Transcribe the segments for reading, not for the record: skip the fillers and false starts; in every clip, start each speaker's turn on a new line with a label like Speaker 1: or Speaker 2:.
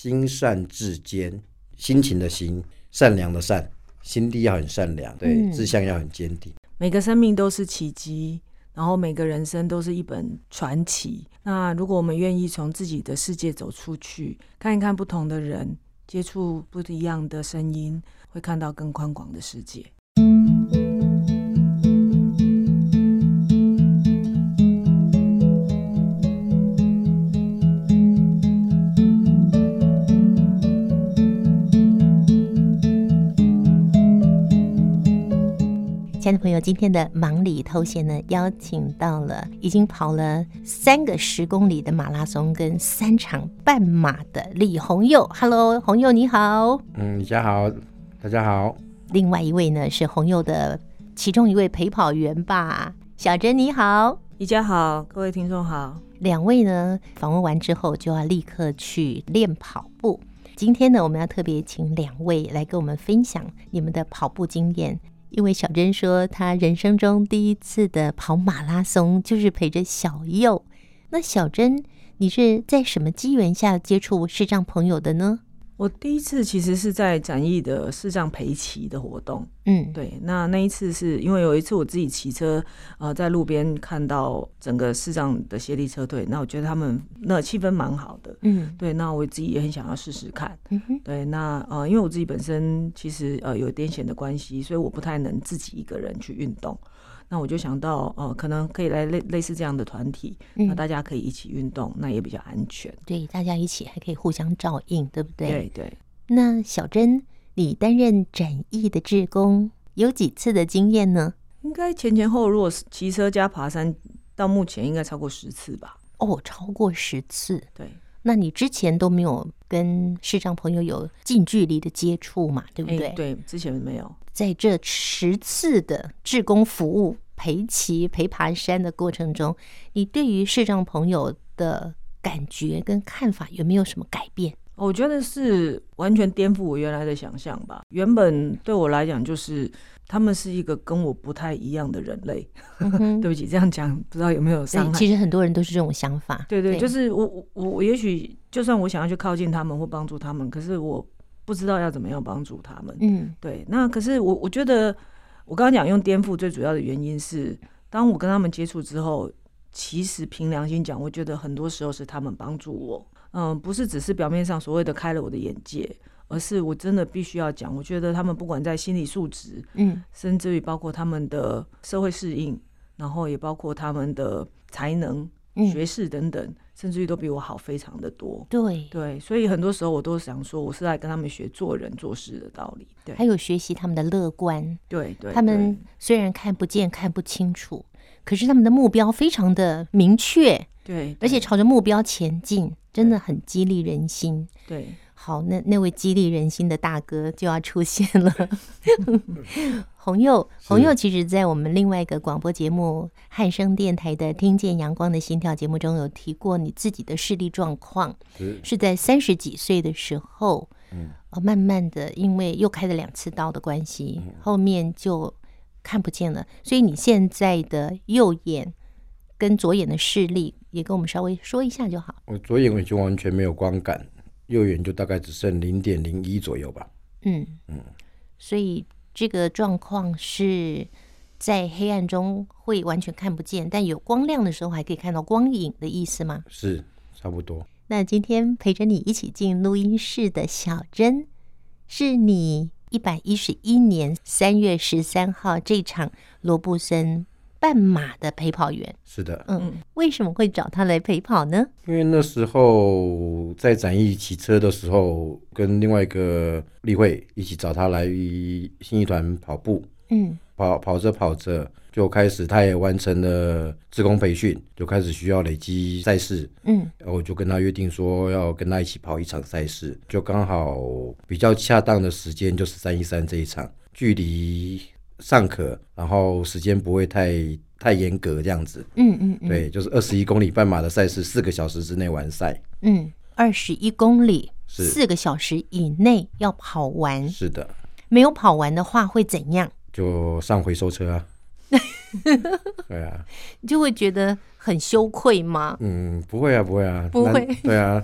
Speaker 1: 心善志坚，心情的心，善良的善，心地要很善良，对，志向要很坚定。
Speaker 2: 每个生命都是奇迹，然后每个人生都是一本传奇。那如果我们愿意从自己的世界走出去，看一看不同的人，接触不一样的声音，会看到更宽广的世界。
Speaker 3: 亲爱的朋友，今天的忙里偷闲呢，邀请到了已经跑了3个10公里的马拉松跟3场半马的李宏佑。Hello， 宏佑你好。
Speaker 1: 大家好，大家好。
Speaker 3: 另外一位呢是宏佑的其中一位陪跑员吧，小珍你好。
Speaker 2: 宜家好，各位听众好。
Speaker 3: 2位呢访问完之后就要立刻去练跑步。今天呢我们要特别请2位来跟我们分享你们的跑步经验。因为小珍说她人生中第一次的跑马拉松就是陪着小佑。那小珍你是在什么机缘下接触视障朋友的呢？
Speaker 2: 我第一次其实是在展翼的视障陪骑的活动。对，那一次是因为有一次我自己骑车在路边看到整个视障的协力车队，那我觉得他们那气氛蛮好的。对，那我自己也很想要试试看。对，那因为我自己本身其实有癫痫的关系，所以我不太能自己一个人去运动。那我就想到可能可以来类似这样的团体，那大家可以一起运动，那也比较安全。
Speaker 3: 对，大家一起还可以互相照应，对不对？
Speaker 2: 对对。
Speaker 3: 那小珍你担任展翼的志工有几次的经验呢？
Speaker 2: 应该前后如果骑车加爬山到目前应该超过10次吧。
Speaker 3: 超过10次。
Speaker 2: 对。
Speaker 3: 那你之前都没有跟视障朋友有近距离的接触嘛，对不对？
Speaker 2: 对，之前没有。
Speaker 3: 在这10次的志工服务陪骑陪爬山的过程中，你对于视障朋友的感觉跟看法有没有什么改变？
Speaker 2: 我觉得是完全颠覆我原来的想象吧。原本对我来讲就是他们是一个跟我不太一样的人类。对不起这样讲不知道有没有伤害。
Speaker 3: 其实很多人都是这种想法。
Speaker 2: 对，就是我也许就算我想要去靠近他们或帮助他们，可是我不知道要怎么样帮助他们。对，那可是我觉得我刚刚讲用颠覆最主要的原因是，当我跟他们接触之后，其实凭良心讲，我觉得很多时候是他们帮助我。不是只是表面上所谓的开了我的眼界，而是我真的必须要讲，我觉得他们不管在心理素质，甚至于包括他们的社会适应，然后也包括他们的才能、学识等等，甚至于都比我好非常的多。对，所以很多时候我都想说，我是来跟他们学做人做事的道理。对，
Speaker 3: 还有学习他们的乐观。
Speaker 2: 对，
Speaker 3: 他们虽然看不见看不清楚，可是他们的目标非常的明确。
Speaker 2: 对，
Speaker 3: 而且朝着目标前进，真的很激励人心。
Speaker 2: 对，
Speaker 3: 好，那位激励人心的大哥就要出现了。宏佑其实在我们另外一个广播节目汉声电台的听见阳光的心跳节目中有提过你自己的视力状况，是在30几岁的时候，慢慢的因为又开了2次刀的关系，后面就看不见了，所以你现在的右眼跟左眼的视力也跟我们稍微说一下就好。
Speaker 1: 我左眼就完全没有光感，右眼就大概只剩 0.01 左右吧。
Speaker 3: 所以这个状况是在黑暗中会完全看不见，但有光亮的时候还可以看到光影的意思吗？
Speaker 1: 是，差不多。
Speaker 3: 那今天陪着你一起进录音室的小珍，是你111年3月13号这场罗布森半马的陪跑员。
Speaker 1: 是的。
Speaker 3: 为什么会找他来陪跑呢？
Speaker 1: 因为那时候在展翼骑车的时候，跟另外一个例会一起找他来新一团跑步。跑着就开始，他也完成了志工培训，就开始需要累积赛事。然后我就跟他约定说要跟他一起跑1场赛事，就刚好比较恰当的时间就是313这一场，距离尚可，然后时间不会太严格这样子。对，就是21公里半马的赛事4个小时之内完赛。
Speaker 3: 21公里4个小时以内要跑完。
Speaker 1: 是的。
Speaker 3: 没有跑完的话会怎样？
Speaker 1: 就上回收车啊。对啊。你
Speaker 3: 就会觉得很羞愧吗？
Speaker 1: 不会啊。
Speaker 3: 不会。
Speaker 1: 对啊，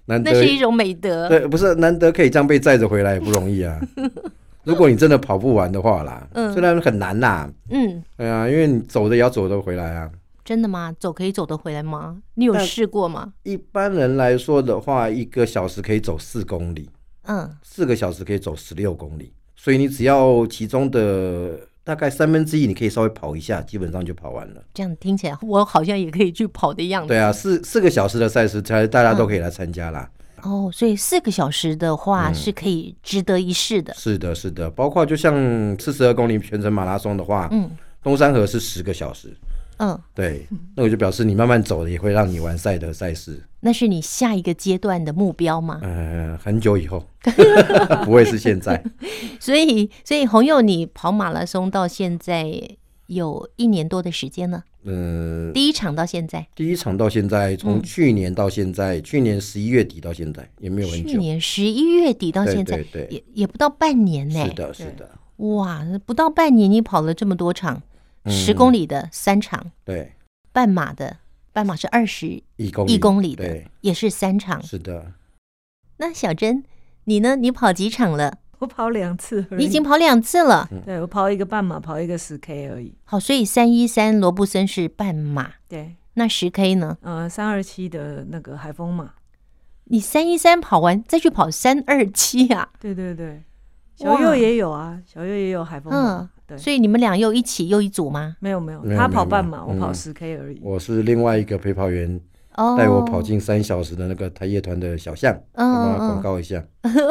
Speaker 1: 难得
Speaker 3: 那是一种美德。
Speaker 1: 对，不是难得可以这样被载着回来也不容易啊。如果你真的跑不完的话啦，虽然很难啦，对啊，因为你走的也要走得回来啊。
Speaker 3: 真的吗？走可以走得回来吗？你有试过吗？
Speaker 1: 一般人来说的话，1个小时可以走4公里，4个小时可以走16公里，所以你只要其中的大概1/3，你可以稍微跑一下，基本上就跑完了。
Speaker 3: 这样听起来，我好像也可以去跑的样子。
Speaker 1: 对啊，4个小时的赛事，大家都可以来参加啦。
Speaker 3: 所以4个小时的话是可以值得一试的。
Speaker 1: 是的，是的，包括就像42公里全程马拉松的话，东山河是10个小时。对，那我就表示你慢慢走的也会让你完赛的赛事。
Speaker 3: 那是你下一个阶段的目标吗？
Speaker 1: 很久以后，不会是现在。
Speaker 3: 所以弘佑，你跑马拉松到现在有1年多的时间了。第一场到现在，从去年到现在，去年11月底到现在也没有很久。 去年11月底到现在，
Speaker 1: 对，
Speaker 3: 也不到半年呢。
Speaker 1: 是的，是的。
Speaker 3: 哇，不到半年你跑了这么多场，10公里的3场，
Speaker 1: 对，
Speaker 3: 半马是21公里的，
Speaker 1: 对，
Speaker 3: 也是3场。
Speaker 1: 是的。
Speaker 3: 那小珍，你呢？你跑几场了？
Speaker 2: 我跑2次而已。
Speaker 3: 你已经跑2次了。
Speaker 2: 对，我跑一个半马，跑一个10K 而已。
Speaker 3: 好，所以313罗布森是半马。
Speaker 2: 对。
Speaker 3: 那10K 呢
Speaker 2: ？327的那个海丰马。
Speaker 3: 你313跑完再去跑327啊？
Speaker 2: 对对对。小佑也有啊，小佑也有海丰马。对，
Speaker 3: 所以你们俩又一起又一组吗？
Speaker 2: 没有，他跑半马，我跑10K 而已。
Speaker 1: 我是另外一个陪跑员，带我跑进3小时的那个台业团的小象，帮他广告一下。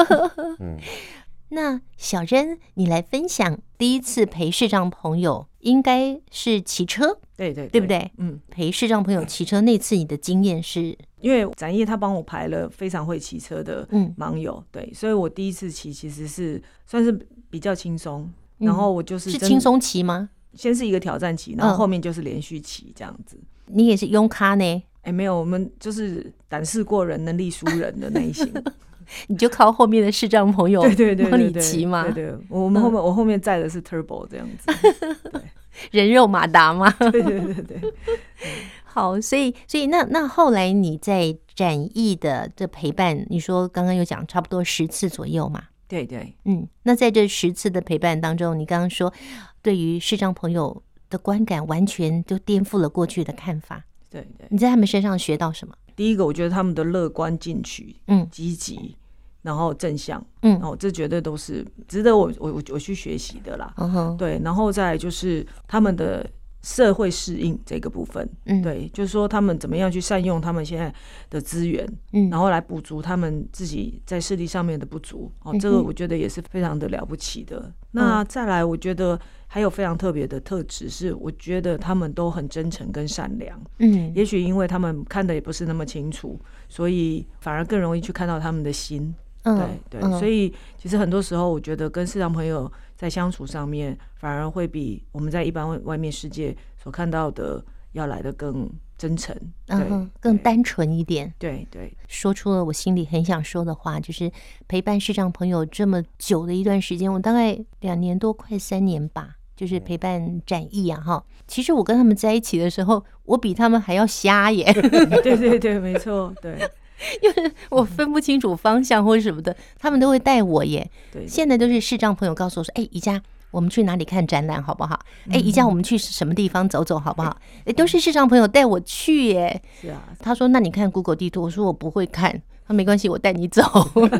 Speaker 3: 那小珍，你来分享第一次陪视障朋友，应该是骑车，
Speaker 2: 对不对？
Speaker 3: 陪视障朋友骑车那次，你的经验是？
Speaker 2: 因为展业他帮我排了非常会骑车的盲友，对，所以我第一次骑其实是算是比较轻松，然后我就是
Speaker 3: 轻松骑吗？
Speaker 2: 先是一个挑战骑，然后后面就是连续骑这样子。
Speaker 3: 你也是用卡呢？
Speaker 2: 没有，我们就是胆识过人，能力输人的那一型。
Speaker 3: 你就靠后面的视障朋友帮你骑吗？
Speaker 2: 对，我后面载的是 Turbo 这样子，
Speaker 3: 人肉马达吗？
Speaker 2: 对。
Speaker 3: 好，所以那后来你在展艺的这陪伴，你说刚刚有讲差不多10次左右嘛？
Speaker 2: 对，
Speaker 3: 那在这10次的陪伴当中，你刚刚说对于视障朋友的观感完全就颠覆了过去的看法。
Speaker 2: 对，
Speaker 3: 你在他们身上学到什么？
Speaker 2: 第一个，我觉得他们的乐观进取，积极，然后正向，然后这绝对都是值得我去学习的啦。对，然后再来就是他们的社会适应这个部分，对，就是说他们怎么样去善用他们现在的资源，然后来补足他们自己在视力上面的不足。这个我觉得也是非常的了不起的。那再来，我觉得还有非常特别的特质是，我觉得他们都很真诚跟善良。也许因为他们看的也不是那么清楚，所以反而更容易去看到他们的心。对，所以其实很多时候，我觉得跟视障朋友在相处上面，反而会比我们在一般外面世界所看到的要来得更真诚，
Speaker 3: 更单纯一点。
Speaker 2: 对，
Speaker 3: 说出了我心里很想说的话，就是陪伴视障朋友这么久的一段时间，我大概2年多，快3年吧，就是陪伴展艺啊哈。其实我跟他们在一起的时候，我比他们还要瞎耶。
Speaker 2: 对，没错，对。
Speaker 3: 因为我分不清楚方向或者什么的，他们都会带我耶。
Speaker 2: 对，
Speaker 3: 现在都是视障朋友告诉我说：“宜家，我们去哪里看展览好不好？宜家，我们去什么地方走走好不好？”都是视障朋友带我去耶。
Speaker 2: 是啊，
Speaker 3: 他说：“那你看 Google 地图。”我说：“我不会看。”他说：“没关系，我带你走。”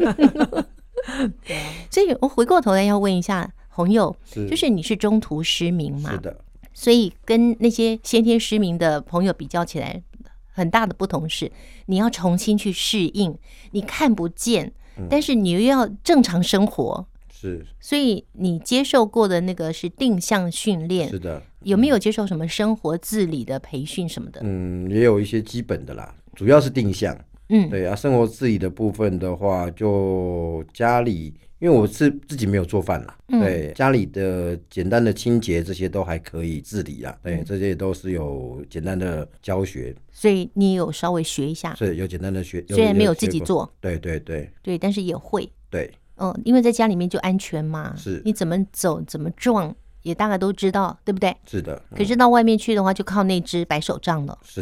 Speaker 3: 所以我回过头来要问一下弘佑，就是你是中途失明嘛？
Speaker 1: 是的。
Speaker 3: 所以跟那些先天失明的朋友比较起来，很大的不同是，你要重新去适应，你看不见，但是你又要正常生活。
Speaker 1: 是，
Speaker 3: 所以你接受过的那个是定向训练。
Speaker 1: 是的。
Speaker 3: 有没有接受什么生活自理的培训什么的？
Speaker 1: 也有一些基本的啦，主要是定向。对啊，生活自理的部分的话，就家里，因为我是自己没有做饭啦，对，家里的简单的清洁这些都还可以自理啦，对，这些都是有简单的教学，
Speaker 3: 所以你有稍微学一下，
Speaker 1: 是有简单的学，
Speaker 3: 虽然没有自己做，
Speaker 1: 对，
Speaker 3: 但是也会，
Speaker 1: 对，
Speaker 3: 因为在家里面就安全嘛，
Speaker 1: 是，
Speaker 3: 你怎么走怎么撞也大概都知道，对不对？
Speaker 1: 是的，
Speaker 3: 可是到外面去的话，就靠那只白手杖了。
Speaker 1: 是的。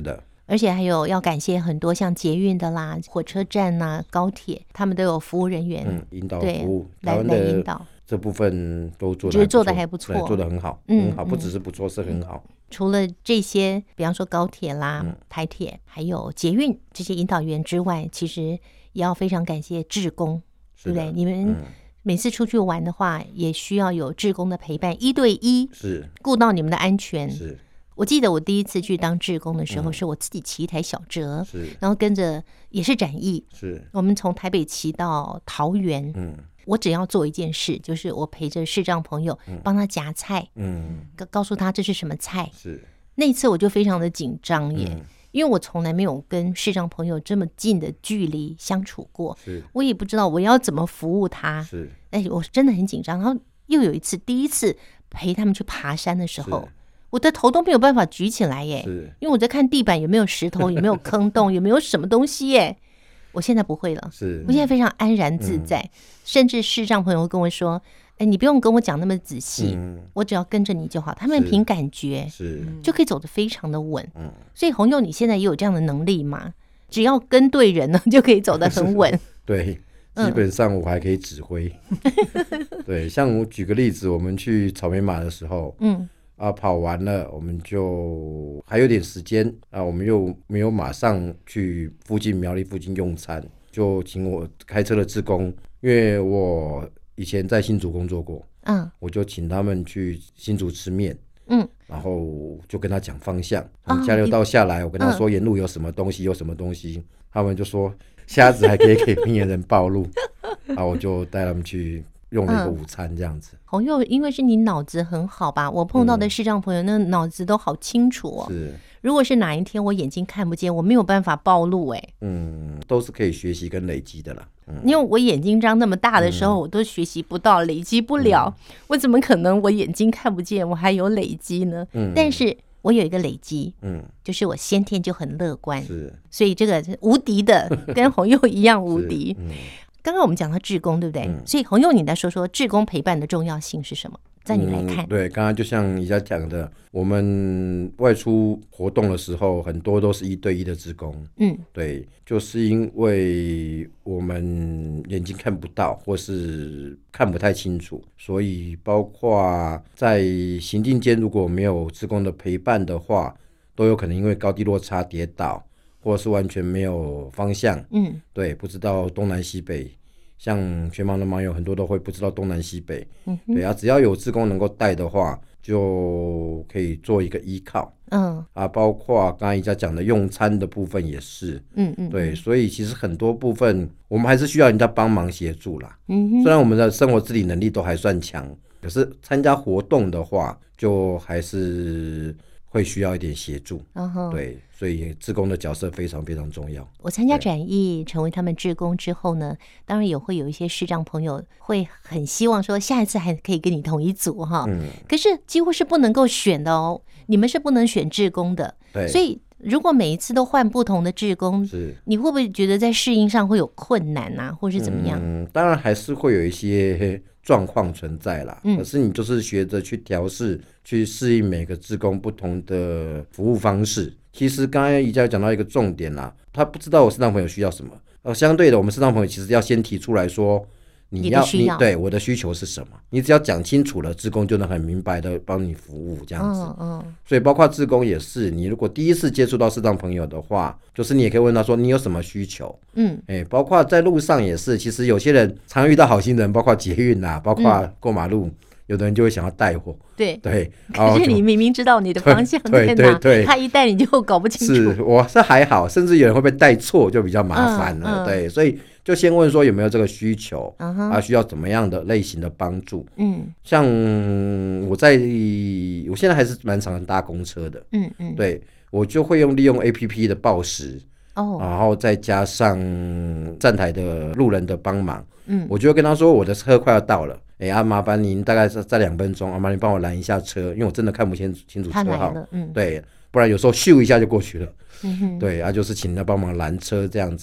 Speaker 3: 而且还有要感谢很多像捷运的啦、火车站啊、高铁，他们都有服务人员，
Speaker 1: 引导服务，
Speaker 3: 来引导
Speaker 1: 这部分都做得还不错，做得很好，很好，不只是不错，是很好。
Speaker 3: 除了这些，比方说高铁啦、台铁，还有捷运这些引导员之外，其实也要非常感谢志工，对不对？你们每次出去玩的话，也需要有志工的陪伴，1对1，是顾到你们的安全。是。我记得我第一次去当志工的时候，是我自己骑一台小折，然后跟着也是展翼，我们从台北骑到桃园，我只要做一件事，就是我陪着视障朋友帮他夹菜，告诉他这是什么菜。那一次我就非常的紧张耶，因为我从来没有跟视障朋友这么近的距离相处过，我也不知道我要怎么服务他，我真的很紧张。然后又有一次，第一次陪他们去爬山的时候，我的头都没有办法举起来耶，因为我在看地板有没有石头，有没有坑洞，有没有什么东西耶。我现在不会了，我现在非常安然自在，甚至视障朋友会跟我说：“你不用跟我讲那么仔细，我只要跟着你就好。”他们凭感觉就可以走得非常的稳。所以弘佑，你现在也有这样的能力吗？只要跟对人呢，就可以走得很稳。
Speaker 1: 对，基本上我还可以指挥。对，像我举个例子，我们去草莓马的时候，跑完了，我们就还有点时间啊，我们又没有马上去苗栗附近用餐，就请我开车的志工，因为我以前在新竹工作过，我就请他们去新竹吃面，然后就跟他讲方向，交流道下来，我跟他说沿路有什么东西，有什么东西，他们就说瞎子还可以给病人暴露，然后我就带他们去用了一个午餐这样子。
Speaker 3: 弘佑，因为是你脑子很好吧，我碰到的视障朋友那脑子都好清楚哦。是，如果是哪一天我眼睛看不见，我没有办法暴露
Speaker 1: 都是可以学习跟累积的啦。
Speaker 3: 因为我眼睛张那么大的时候，我都学习不到，累积不了，我怎么可能我眼睛看不见我还有累积呢？但是我有一个累积，就是我先天就很乐观，所以这个无敌的，跟弘佑一样无敌。刚刚我们讲到志工，对不对？所以弘佑，你来说说志工陪伴的重要性是什么？在你来看，
Speaker 1: 对，刚刚就像宜家讲的，我们外出活动的时候，很多都是1对1的志工。对，就是因为我们眼睛看不到，或是看不太清楚，所以包括在行进间，如果没有志工的陪伴的话，都有可能因为高低落差跌倒，或是完全没有方向。对，不知道东南西北。像全盲的盲友很多都会不知道东南西北，对啊，只要有志工能够带的话，就可以做一个依靠。包括刚刚宜家讲的用餐的部分也是，对，所以其实很多部分我们还是需要人家帮忙协助啦。虽然我们的生活自理能力都还算强，可是参加活动的话，就还是会需要一点协助。对，所以志工的角色非常非常重要。
Speaker 3: 我参加展翼成为他们志工之后呢，当然也会有一些视障朋友会很希望说下一次还可以跟你同一组哈。可是几乎是不能够选的哦，你们是不能选志工的。对，所以如果每一次都换不同的志工，你会不会觉得在适应上会有困难啊，或是怎么样？
Speaker 1: 当然还是会有一些状况存在啦，可是你就是学着去调试，去适应每个志工不同的服务方式。其实刚才宜家讲到一个重点啦，他不知道我视障朋友需要什么，相对的我们视障朋友其实要先提出来说你对我的需求是什么，你只要讲清楚了，志工就能很明白的帮你服务这样子。所以包括志工也是，你如果第一次接触到视障朋友的话，就是你也可以问他说你有什么需求。包括在路上也是，其实有些人常遇到好心人，包括捷运啊，包括过马路，有的人就会想要带货。对，
Speaker 3: 可是你明明知道你的方向在哪，他一带你就搞不清楚。
Speaker 1: 是，我是还好，甚至有人会被带错，就比较麻烦了。对，所以就先问说有没有这个需求，需要怎么样的类型的帮助。像我现在还是蛮常搭公车的。对，我就会利用 APP 的报时，然后再加上站台的路人的帮忙。我就会跟他说我的车快要到了，麻烦您大概在2分钟，麻烦您帮我拦一下车，因为我真的看不清楚车号。对，不然有时候咻一下就过去了。对，就是请他帮忙拦车这样子。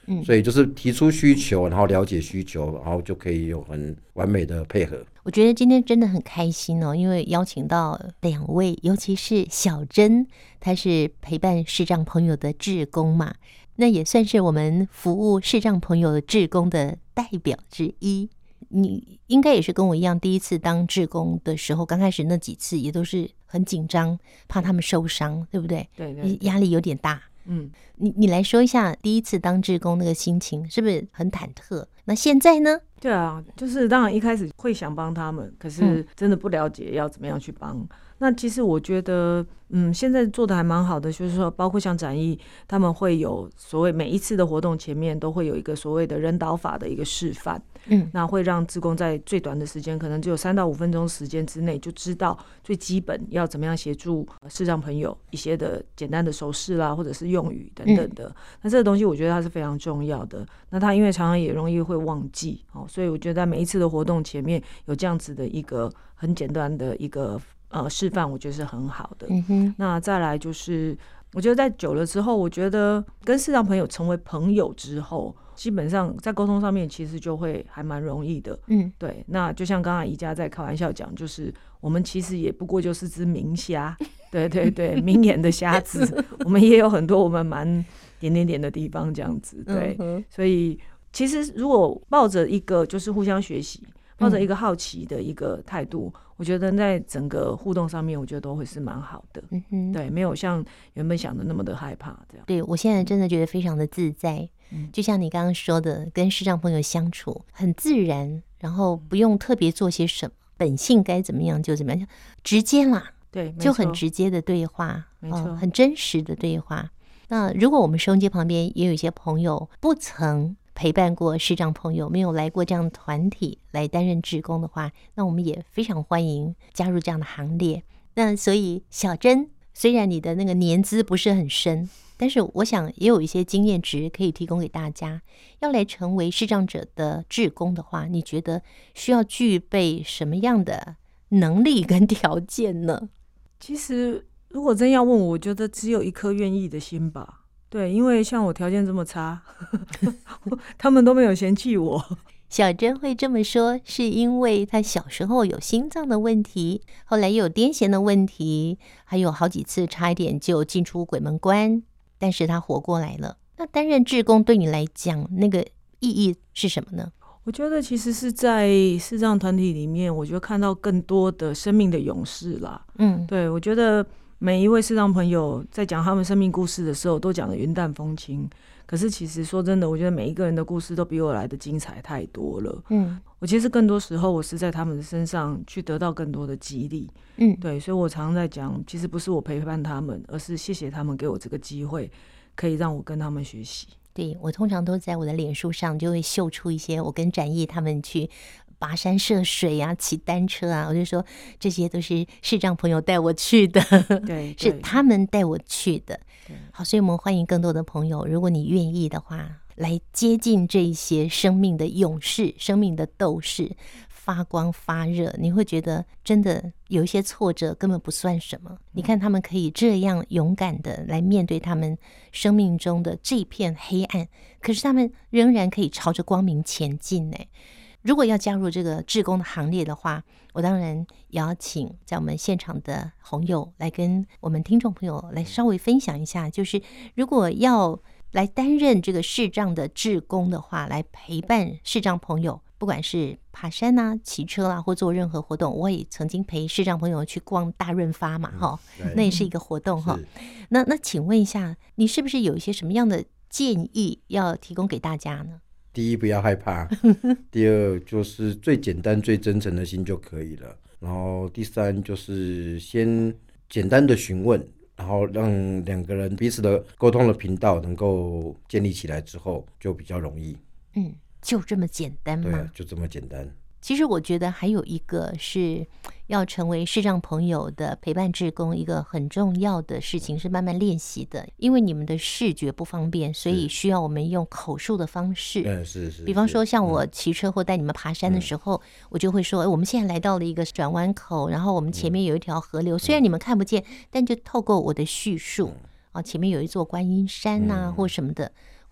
Speaker 1: 所以就是提出需求，然后了解需求，然后就可以有很完美的配合。
Speaker 3: 我觉得今天真的很开心哦，因为邀请到2位，尤其是小珍，她是陪伴视障朋友的志工嘛，那也算是我们服务视障朋友志工的代表之一。你应该也是跟我一样，第一次当志工的时候，刚开始那几次也都是很紧张，怕他们受伤，对不对？
Speaker 2: 对对，
Speaker 3: 压力有点大。你来说一下第一次当志工那个心情是不是很忐忑？那现在呢？
Speaker 2: 对啊，就是当然一开始会想帮他们，可是真的不了解要怎么样去帮。那其实我觉得现在做的还蛮好的，就是说包括像展艺他们会有所谓每一次的活动前面都会有一个所谓的人导法的一个示范，那会让志工在最短的时间，可能只有3到5分钟时间之内就知道最基本要怎么样协助视障朋友一些的简单的手势啦，或者是用语等等的。那这个东西我觉得它是非常重要的。那他因为常常也容易会忘记，所以我觉得在每一次的活动前面有这样子的一个很简单的一个示范，我觉得是很好的。那再来就是我觉得在久了之后，我觉得跟视障朋友成为朋友之后，基本上在沟通上面其实就会还蛮容易的。对。那就像刚刚宜家在开玩笑讲，就是我们其实也不过就是只明虾，对对对，明眼的瞎子，我们也有很多我们蛮点点点的地方这样子。对。所以其实如果抱着一个就是互相学习，抱着一个好奇的一个态度，我觉得在整个互动上面，我觉得都会是蛮好的。对，没有像原本想的那么的害怕这样。
Speaker 3: 对，我现在真的觉得非常的自在。就像你刚刚说的，跟视障朋友相处很自然，然后不用特别做些什么，本性该怎么样就怎么样，直接啦。
Speaker 2: 对，
Speaker 3: 就很直接的对话，
Speaker 2: 没错，
Speaker 3: 很真实的对话。那如果我们收音机旁边也有一些朋友不曾陪伴过视障朋友，没有来过这样的团体来担任志工的话，那我们也非常欢迎加入这样的行列。那所以小珍，虽然你的那个年资不是很深，但是我想也有一些经验值可以提供给大家。要来成为视障者的志工的话，你觉得需要具备什么样的能力跟条件呢？
Speaker 2: 其实如果真要问我觉得只有一颗愿意的心吧。对，因为像我条件这么差他们都没有嫌弃我。
Speaker 3: 小珍会这么说是因为她小时候有心脏的问题，后来又有癫痫的问题，还有好几次差一点就进出鬼门关，但是她活过来了。那担任志工对你来讲那个意义是什么呢？
Speaker 2: 我觉得其实是在视障团体里面，我觉得看到更多的生命的勇士啦。对，我觉得每一位视障朋友在讲他们生命故事的时候都讲得云淡风轻，可是其实说真的，我觉得每一个人的故事都比我来的精彩太多了。我其实更多时候我是在他们的身上去得到更多的激励。对，所以我常常在讲，其实不是我陪伴他们，而是谢谢他们给我这个机会，可以让我跟他们学习。
Speaker 3: 对，我通常都在我的脸书上就会秀出一些我跟展艺他们去跋山涉水啊，骑单车啊，我就说这些都是视障朋友带我去的。
Speaker 2: 对，
Speaker 3: 是他们带我去的。好，所以我们欢迎更多的朋友，如果你愿意的话，来接近这一些生命的勇士、生命的斗士，发光发热，你会觉得真的有一些挫折根本不算什么。你看他们可以这样勇敢的来面对他们生命中的这片黑暗，可是他们仍然可以朝着光明前进。如果要加入这个志工的行列的话，我当然邀请在我们现场的红友来跟我们听众朋友来稍微分享一下，就是如果要来担任这个视障的志工的话，来陪伴视障朋友，不管是爬山啊、骑车啊，或做任何活动，我也曾经陪视障朋友去逛大润发嘛，那也是一个活动哈。那请问一下，你是不是有一些什么样的建议要提供给大家呢？
Speaker 1: 第一，不要害怕第二，就是最简单最真诚的心就可以了。然后第三，就是先简单的询问，然后让两个人彼此的沟通的频道能够建立起来之后，就比较容易。
Speaker 3: 就这么简单吗？
Speaker 1: 对，就这么简单。
Speaker 3: 其实我觉得还有一个是要成为视障朋友的陪伴志工，一个很重要的事情是慢慢练习的。因为你们的视觉不方便，所以需要我们用口述的方式。
Speaker 1: 是。
Speaker 3: 比方说像我骑车或带你们爬山的时候，我就会说我们现在来到了一个转弯口，然后我们前面有一条河流，虽然你们看不见，但就透过我的叙述前面有一座观音山啊或什么的，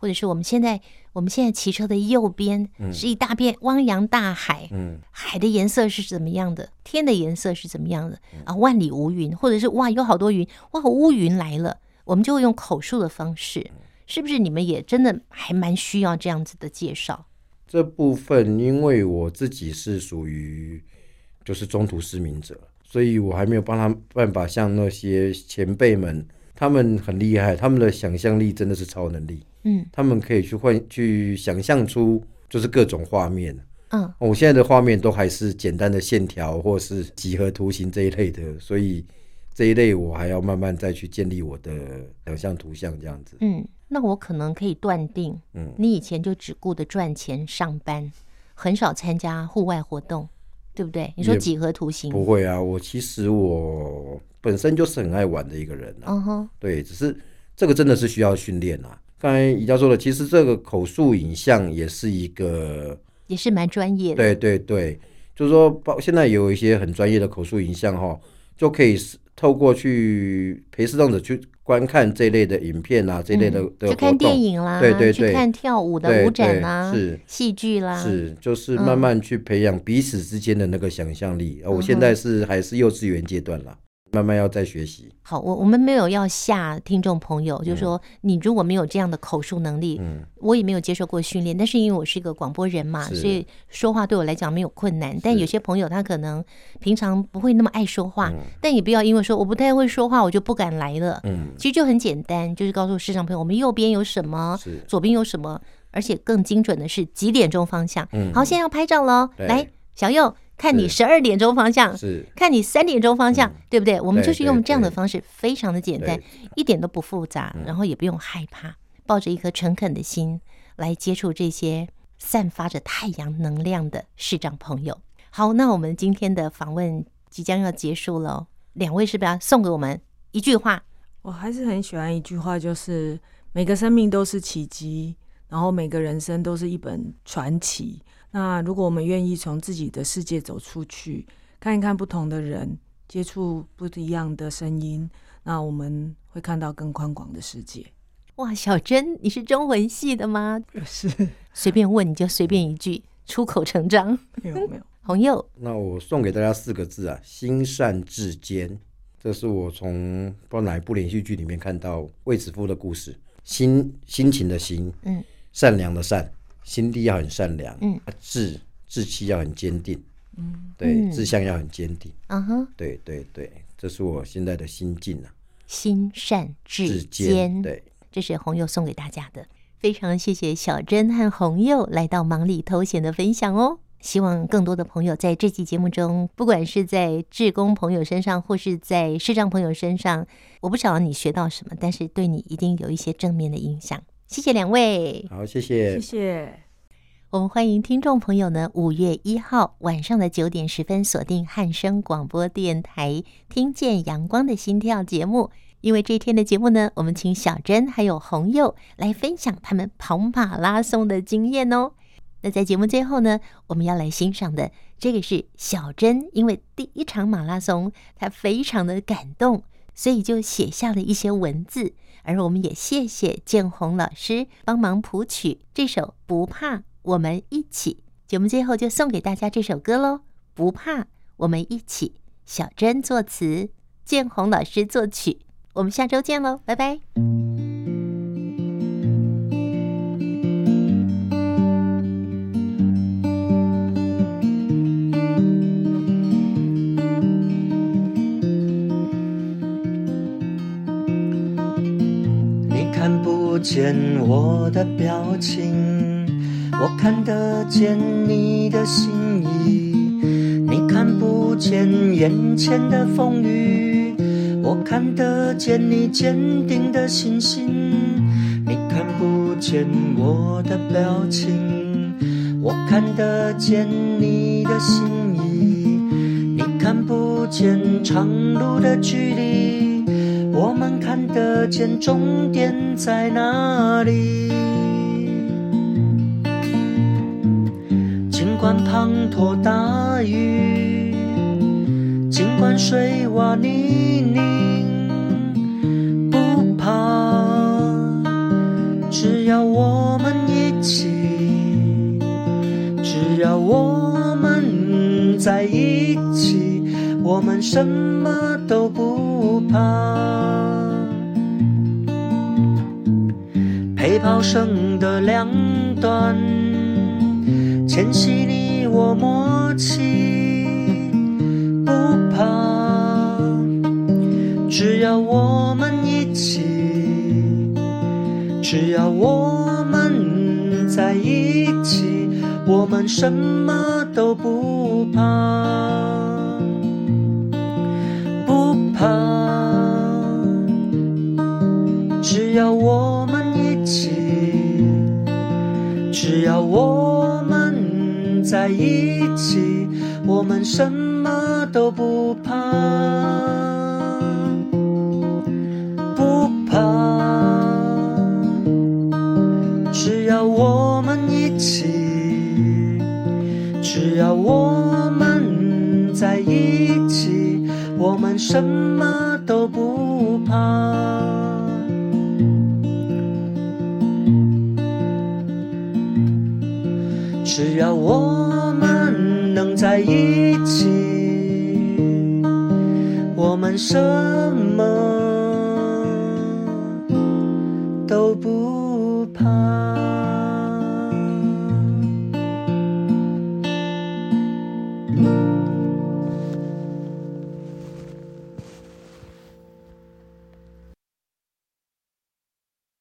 Speaker 3: 或者是我们现在骑车的右边是一大片汪洋大海，海的颜色是怎么样的，天的颜色是怎么样的啊？万里无云，或者是哇有好多云，哇乌云来了，我们就会用口述的方式，是不是你们也真的还蛮需要这样子的介绍？
Speaker 1: 这部分因为我自己是属于就是中途失明者，所以我还没有办法像那些前辈们，他们很厉害，他们的想象力真的是超能力。他们可以去想象出就是各种画面。我现在的画面都还是简单的线条或是几何图形这一类的，所以这一类我还要慢慢再去建立我的想象图像这样子。
Speaker 3: 那我可能可以断定，你以前就只顾着赚钱上班，很少参加户外活动，对不对？你说几何图形？
Speaker 1: 不会啊，其实我本身就是很爱玩的一个人对，只是这个真的是需要训练啊。刚才宜家说的，其实这个口述影像也是一个，也
Speaker 3: 是蛮专业的。
Speaker 1: 对对对，就是说现在有一些很专业的口述影像就可以透过去陪视障者去观看这一类的影片啊，这一类的活动，
Speaker 3: 去看电影啦，
Speaker 1: 对对对，
Speaker 3: 去看跳舞的舞展啦，
Speaker 1: 是
Speaker 3: 戏剧啦，
Speaker 1: 就是慢慢去培养彼此之间的那个想象力。我现在还是幼稚园阶段啦，慢慢要再学习。
Speaker 3: 好，我们没有要吓听众朋友，就是说你如果没有这样的口述能力，我也没有接受过训练，但是因为我是一个广播人嘛，所以说话对我来讲没有困难。但有些朋友他可能平常不会那么爱说话，但也不要因为说我不太会说话我就不敢来了。其实就很简单，就是告诉视障朋友我们右边有什么，左边有什么，而且更精准的是几点钟方向。好，现在要拍照了，来小右看你12点钟方向，看你3点钟方向，对不对？我们就是用这样的方式，非常的简单，一点都不复杂，然后也不用害怕，抱着一颗诚恳的心来接触这些散发着太阳能量的视障朋友。好，那我们今天的访问即将要结束了，两位是不是要送给我们一句话？
Speaker 2: 我还是很喜欢一句话，就是每个生命都是奇迹，然后每个人生都是一本传奇。那如果我们愿意从自己的世界走出去，看一看不同的人，接触不一样的声音，那我们会看到更宽广的世界。
Speaker 3: 哇，小珍，你是中文系的吗？
Speaker 2: 是，
Speaker 3: 随便问你就随便一句，出口成章。
Speaker 2: 没有。
Speaker 3: 洪佑，
Speaker 1: 那我送给大家4个字啊，心善至坚。这是我从不知道哪一部连续剧里面看到卫子夫的故事。心情的心，善良的善，心地要很善良，志气要很坚定，对，志向要很坚定，对对对，这是我现在的心境啊。
Speaker 3: 心善至坚，
Speaker 1: 对，
Speaker 3: 这是洪佑送给大家的。非常谢谢小珍和洪佑来到忙里偷闲的分享哦。希望更多的朋友在这期节目中，不管是在志工朋友身上或是在视障朋友身上，我不晓得你学到什么，但是对你一定有一些正面的影响。谢谢两位。
Speaker 1: 好，谢谢。
Speaker 2: 谢谢。
Speaker 3: 我们欢迎听众朋友呢，5月1号晚上的9点10分锁定汉声广播电台，听见阳光的心跳节目。因为这天的节目呢，我们请小珍还有洪佑来分享他们跑马拉松的经验哦。那在节目最后呢，我们要来欣赏的这个是小珍，因为第一场马拉松她非常的感动，所以就写下了一些文字，而我们也谢谢建宏老师帮忙谱曲这首《不怕我们一起》。节目最后就送给大家这首歌咯，不怕我们一起，小珍作词，建宏老师作曲。我们下周见咯，拜拜。
Speaker 4: 你看不见我的表情，我看得见你的心意。你看不见眼前的风雨，我看得见你坚定的信心。你看不见我的表情，我看得见你的心意。你看不见长路的距离，我们看得见终点在哪里。尽管滂沱大雨，尽管水洼泥泞，不怕，只只要我们一起，只要我们在一起，我们什么都不怕。陪跑绳的两端，牵系你我默契，不怕。只要我们一起，只要我们在一起，我们什么都不怕，不怕。只要我们一起，只要我们在一起，我们什么都不怕，不怕。只要我们一起，只要我们在一起，我们什么都不怕。只要我们能在一起，我们什么都不怕。